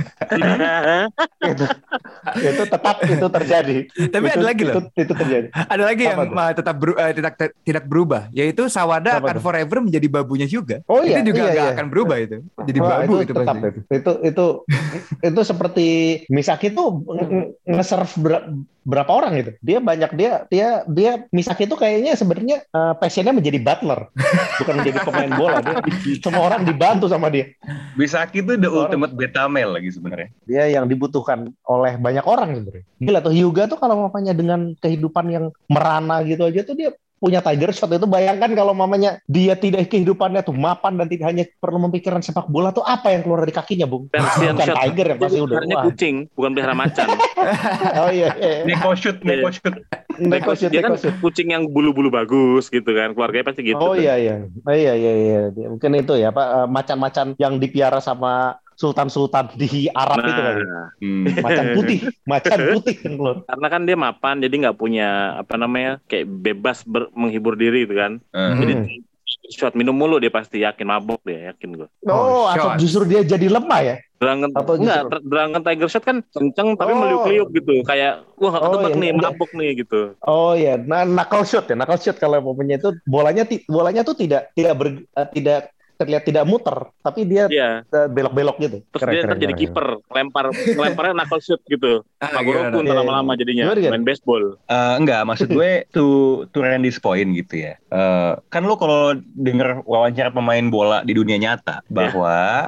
itu tetap itu terjadi. Tapi ada lagi loh. Itu terjadi. Ada lagi yang tetap tidak berubah, yaitu Sawada akan forever menjadi babunya juga. Itu juga nggak akan berubah itu. Jadi babu itu tetap pasti. Itu seperti Misaki tuh nge-serve berapa orang gitu. Dia Misaki itu kayaknya sebenarnya passionnya menjadi butler, bukan menjadi pemain bola. Semua orang dibantu sama dia. Misaki itu the ultimate beta male lagi sebenarnya. Dia yang dibutuhkan oleh banyak orang sebenarnya. Gila tuh Hyuga tuh kalau mamanya dengan kehidupan yang merana gitu aja tuh dia punya Tiger Shot. Itu bayangkan kalau mamanya dia tidak kehidupannya tuh mapan dan tidak hanya perlu memikirkan sepak bola, tuh apa yang keluar dari kakinya, Bung? Bukan Tiger yang pasti udah. Kucing, bukan pelihara macan. Oh iya. Neko shoot. Dia kan kucing yang bulu-bulu bagus gitu kan. Keluarganya pasti gitu. Oh iya. Mungkin itu ya, macan-macan yang dipiara sama sultan-sultan di Arab itu kan. Macan putih kan keluar. Karena kan dia mapan, jadi nggak punya kayak bebas menghibur diri itu kan. Jadi shot minum mulu dia pasti, yakin mabok dia, yakin gue. Atau justru dia jadi lemah ya? Dragon Tiger Shot kan kenceng tapi meliuk-liuk gitu. Kayak wah ketebak nih, mabuk nih gitu. Oh iya, knuckle shot kalau pemainnya itu bolanya tuh tidak terlihat tidak muter, tapi dia belok-belok gitu. Terus dia ntar jadi kiper, lemparnya knuckle shoot gitu. Pagoroku ntar lama-lama jadinya main baseball. Enggak, maksud gue to Randy's point gitu ya. Kan lo kalau denger wawancara pemain bola di dunia nyata bahwa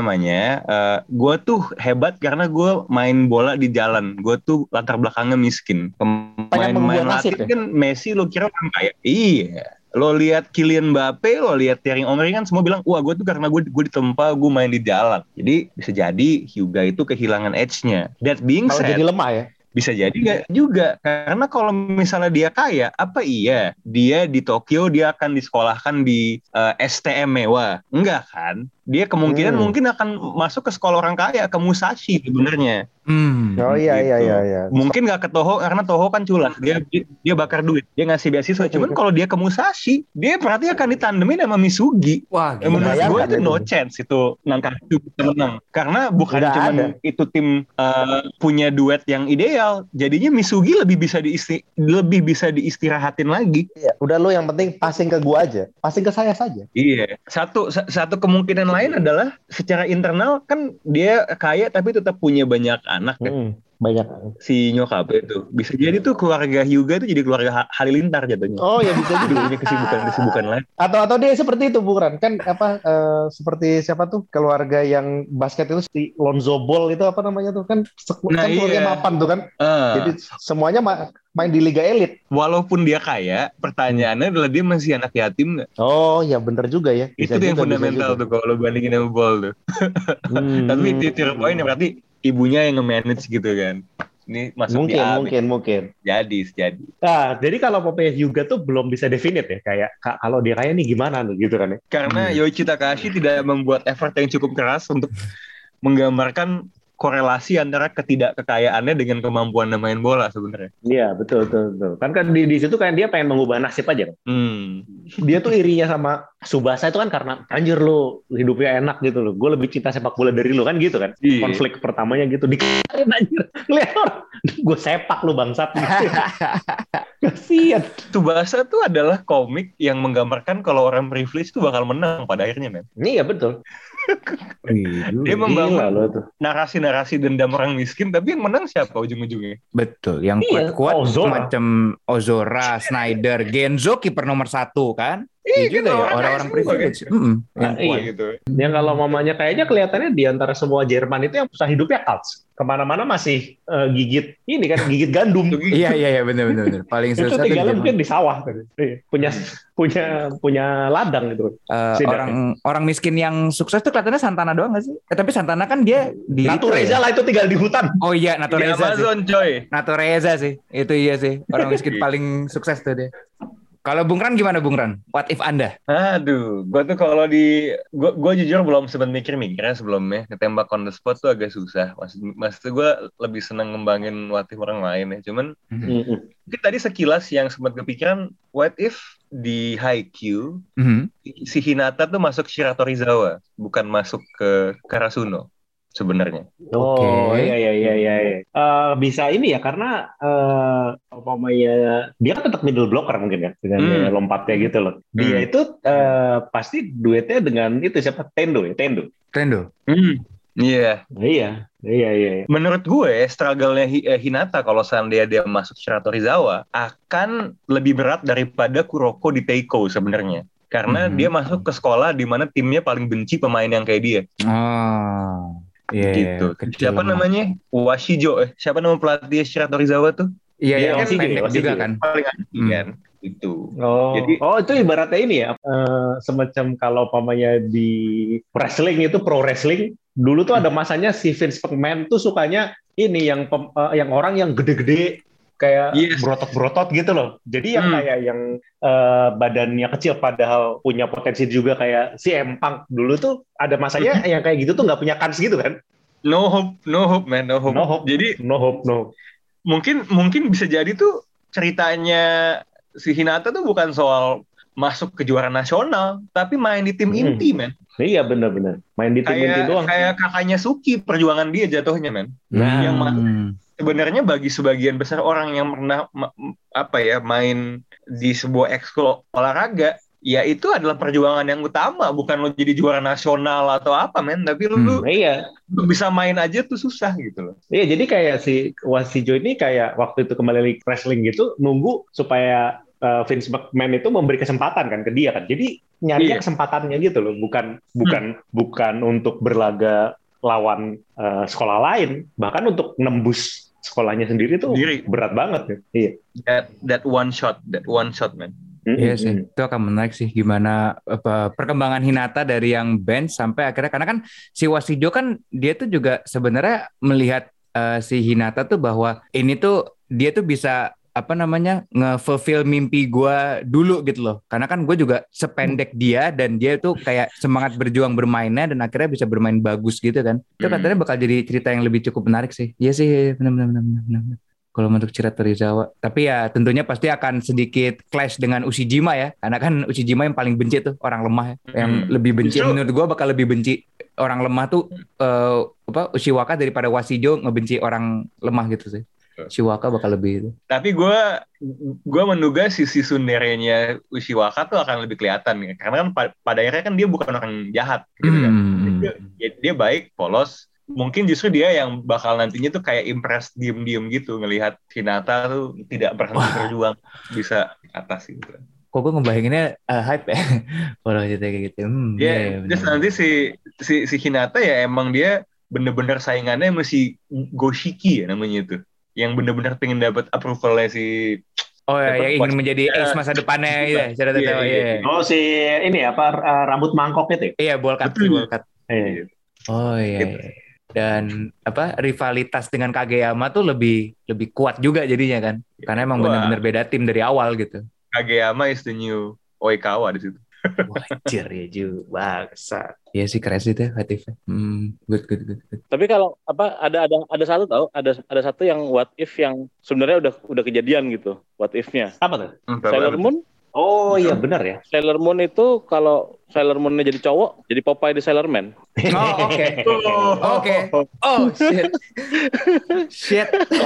gue tuh hebat karena gue main bola di jalan. Gue tuh latar belakangnya miskin. Pemain Latin kan Messi lo kira orang kaya? Iya. Lo lihat Kylian Mbappe, lo lihat Thierry Henry kan semua bilang, wah gue tuh karena gue ditempa, gue main di jalan. Jadi bisa jadi Hyuga itu kehilangan edge-nya. That being said, jadi lemah ya? Bisa jadi nggak juga. Karena kalau misalnya dia kaya, apa iya dia di Tokyo dia akan disekolahkan di STM mewah? Enggak kan? Dia kemungkinan mungkin akan masuk ke sekolah orang kaya, ke Musashi sebenarnya. Oh iya, gitu. iya. Mungkin nggak ke Toho karena Toho kan culas, dia bakar duit, dia ngasih beasiswa. Cuman kalau dia ke Musashi, dia berarti akan ditandemin sama Misugi. Wah, menurut gue itu no chance itu Nankatsu bisa menang. Karena bukan cuma itu tim punya duet yang ideal, jadinya Misugi lebih bisa diistirahatin lagi. Iya, udah lo yang penting passing ke gua aja, passing ke saya saja. Iya, satu kemungkinan lain adalah secara internal kan dia kaya tapi tetap punya banyak anak kan. Banyak si nyokapnya itu bisa jadi tuh keluarga Hyuga itu jadi keluarga Halilintar jatuhnya. Oh ya bisa jadi punya kesibukan lain. Atau dia seperti itu bukan kan seperti siapa tuh keluarga yang basket itu si Lonzo Ball itu apa namanya tuh kan keluarga mapan tuh kan. Jadi semuanya main di liga elit. Walaupun dia kaya, pertanyaannya adalah dia masih anak yatim nggak? Oh ya bener juga ya. Itu yang fundamental tuh kalau lo bandingin sama Ball tuh. Tapi titik poinnya berarti ibunya yang nge-manage gitu kan. Ini masuk mungkin. Jadi. Nah, jadi kalau Popeye Hyuga tuh belum bisa definite ya, kayak kalau dia kaya nih gimana nih gitu kan ya. Karena Yoichi Takahashi tidak membuat effort yang cukup keras untuk menggambarkan korelasi antara ketidakkekayaannya dengan kemampuan main bola sebenarnya. Iya, betul. Kan di situ kan dia pengen mengubah nasib aja. Dia tuh irinya sama Tsubasa itu kan karena anjir lu hidupnya enak gitu loh. Gue lebih cinta sepak bola dari lu kan gitu kan. Iya. Konflik pertamanya gitu dikatain anjir. Lihat orang, gue sepak lu bangsat. Kasian. Tsubasa tuh adalah komik yang menggambarkan kalau orang privilege itu bakal menang pada akhirnya, men. Iya, betul. Dia membangun narasi-narasi dendam orang miskin, tapi yang menang siapa ujung-ujungnya? Betul, yang kuat-kuat macam Ozora, Snyder, Genzo kiper nomor 1 kan? Iya juga ya orang-orang privilege. Gitu. Yang kalau mamanya kayaknya kelihatannya di antara semua Jerman itu yang susah hidupnya Kaltz. Kemana-mana masih gigit gandum. Iya benar. Paling susah itu tinggalnya mungkin di sawah kan. Punya ladang gitu. Orang miskin yang sukses tuh kelihatannya Santana doang nggak sih? Tapi Santana kan dia di Natureza lah itu tinggal di hutan. Oh iya Natureza di Amazon, coy. Natureza sih. Itu iya sih. Orang miskin paling sukses tuh dia. Kalau Bung Ran gimana Bung Ran? What if Anda? Aduh, gue tuh kalau gue jujur belum sempat mikirnya sebelumnya. Ketembak on the spot tuh agak susah. Maksudnya gue lebih senang ngembangin what if orang lain ya. Cuman mungkin tadi sekilas yang sempat kepikiran, what if di Haikyuu si Hinata tuh masuk Shiratorizawa, bukan masuk ke Karasuno sebenarnya. Oh iya. Bisa ini ya karena dia kan tetap middle blocker mungkin ya dengan lompatnya gitu loh. Dia itu pasti duetnya dengan itu siapa? Tendo. Iya. Menurut gue struggle-nya Hinata kalau seandainya dia masuk Shiratorizawa akan lebih berat daripada Kuroko di Teiko sebenarnya. Karena dia masuk ke sekolah di mana timnya paling benci pemain yang kayak dia. Gitu. Siapa namanya? Washijo. Siapa nama pelatih Shiratorizawa tuh? Iya, kan pendek juga kan. Paling anjing kan. Itu. Jadi, itu ibaratnya ini ya. Semacam kalau pamannya di wrestling itu pro wrestling. Dulu tuh ada masanya si Vince McMahon tuh sukanya ini yang orang yang gede-gede kayak berotot-berotot gitu loh. Jadi yang kayak yang badannya kecil padahal punya potensi juga kayak si Empang dulu tuh ada masanya yang kayak gitu tuh nggak punya kans gitu kan? No hope man. Jadi no hope. Mungkin bisa jadi tuh ceritanya si Hinata tuh bukan soal masuk ke juara nasional, tapi main di tim inti, men. Iya benar-benar. Main di tim inti doang. Kayak kakaknya Suki, perjuangan dia jatuhnya, men. Yang sebenarnya bagi sebagian besar orang yang pernah main di sebuah ekskul olahraga, ya itu adalah perjuangan yang utama, bukan lo jadi juara nasional atau apa, men. Tapi lu bisa main aja tuh susah gitu loh. Iya, jadi kayak si Wasijo ini kayak waktu itu kembali ke wrestling gitu, nunggu supaya Vince McMahon itu memberi kesempatan kan ke dia kan. Jadi nyari kesempatannya gitu loh, bukan untuk berlaga lawan sekolah lain, bahkan untuk nembus sekolahnya sendiri tuh berat banget ya. Iya. That one shot man. Iya sih, itu akan menarik sih gimana perkembangan Hinata dari yang bench sampai akhirnya, karena kan si Wasijo kan dia tuh juga sebenarnya melihat si Hinata tuh bahwa ini tuh dia tuh bisa nge-fulfill mimpi gue dulu gitu loh. Karena kan gue juga sependek dia, dan dia tuh kayak semangat berjuang bermainnya, dan akhirnya bisa bermain bagus gitu kan. Itu katanya bakal jadi cerita yang lebih cukup menarik sih. Iya sih, benar. Kalau untuk Chira Torizawa. Tapi ya tentunya pasti akan sedikit clash dengan Ushijima ya. Karena kan Ushijima yang paling benci tuh orang lemah ya. Yang lebih benci, menurut gue bakal lebih benci orang lemah tuh Ushiwaka daripada Wasijo ngebenci orang lemah gitu sih. Ushiwaka bakal lebih itu. Tapi gue menduga sisi sunderenya Ushiwaka tuh akan lebih kelihatan ya. Karena kan pada akhirnya kan dia bukan orang jahat gitu kan. Dia baik, polos. Mungkin justru dia yang bakal nantinya tuh kayak impress diem-diem gitu ngelihat Hinata tuh tidak berhenti berjuang bisa atas gitu. Kok gue ngebayanginnya hype ya kalau cerita kayak gitu. Terus nanti si Hinata ya emang dia bener-bener saingannya masih Goshiki ya namanya itu. Yang benar-benar pengen dapat approval-nya si yang ingin menjadi ace masa depannya ya, cara tahu ya. Oh, si ini rambut mangkok itu. Iya, bowl cut. Oh iya. Dan rivalitas dengan Kageyama tuh lebih kuat juga jadinya kan. Karena emang benar-benar beda tim dari awal gitu. Kageyama is the new Oikawa di situ. Wajar ya Ju, bangsa. Iya sih keren sih deh Hatifnya. Good. Tapi kalau ada satu yang what if yang sebenarnya udah kejadian gitu. What if-nya. Apa tuh? Sailor Moon. Oh iya benar ya. Sailor Moon itu kalau Sailor Moon-nya jadi cowok, jadi Popeye di Sailor Man. Oh oke. Oke. Oh shit. Shit.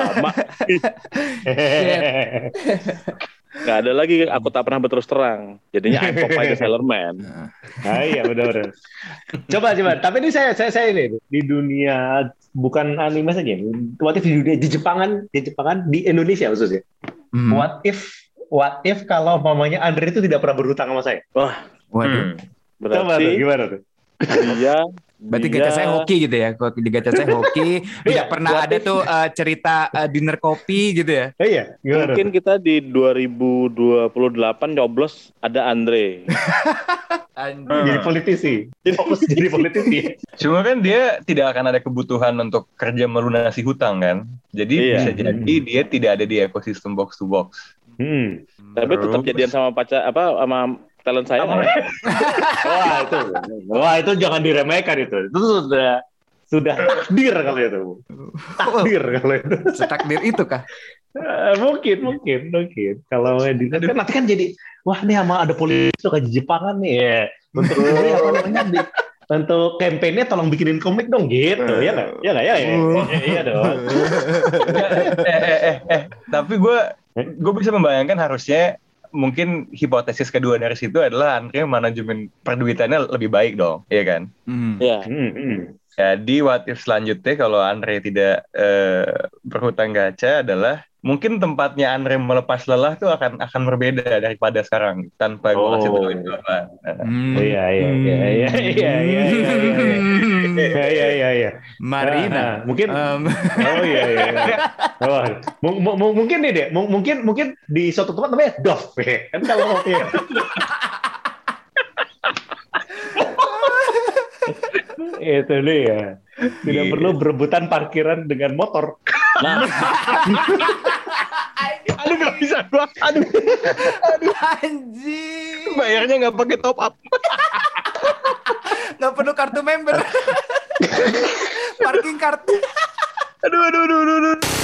Nggak ada lagi aku tak pernah berterus terang. Jadinya I'm Popeye the Sailor Man. Nah, iya benar. Coba. Tapi ini saya ini di dunia bukan anime saja. What if di dunia di Jepangan di Indonesia khususnya. What if kalau mamanya Andre itu tidak pernah berhutang sama saya? Waduh. Berarti coba tuh, gimana tuh? Berarti gacha saya hoki gitu ya. Kalau di gacha saya hoki, tidak pernah ada tuh cerita dinner kopi gitu ya. Iya, gimana? Mungkin kita di 2028 nyoblos ada Andre. Jadi politisi. Fokus jadi politisi. Cuma kan dia tidak akan ada kebutuhan untuk kerja melunasi hutang kan. Jadi bisa jadi dia tidak ada di ekosistem box to box. Tapi tetap jadian sama sama talent saya. Wah itu jangan diremehkan itu. Itu sudah takdir kalau itu. Takdir kalau itu. Setakdir itu kah? Mungkin. Kalau kan nanti kan jadi wah nih sama ada politik suka Jepangan nih ya. Untuk ini apa namanya untuk kampanye tolong bikinin komik dong gitu. Ya nggak? Iya dong. Tapi gue bisa membayangkan harusnya mungkin hipotesis kedua dari situ adalah Andre manajemen perduitannya lebih baik dong, iya kan? Iya. Jadi what if selanjutnya kalau Andre tidak berhutang gacha adalah mungkin tempatnya Andre melepas lelah tuh akan berbeda daripada sekarang tanpa gue kasih tahu itu apa. Iya. Marina. Mungkin. Mungkin nih deh. Mungkin di suatu tempat namanya Dove. Kan kalau itu dia. Tidak perlu berebutan parkiran dengan motor. Aduh nggak bisa gua. Aduh. Anjing. Bayarnya nggak pakai top up. Nggak perlu kartu member. Parking kartu. Aduh.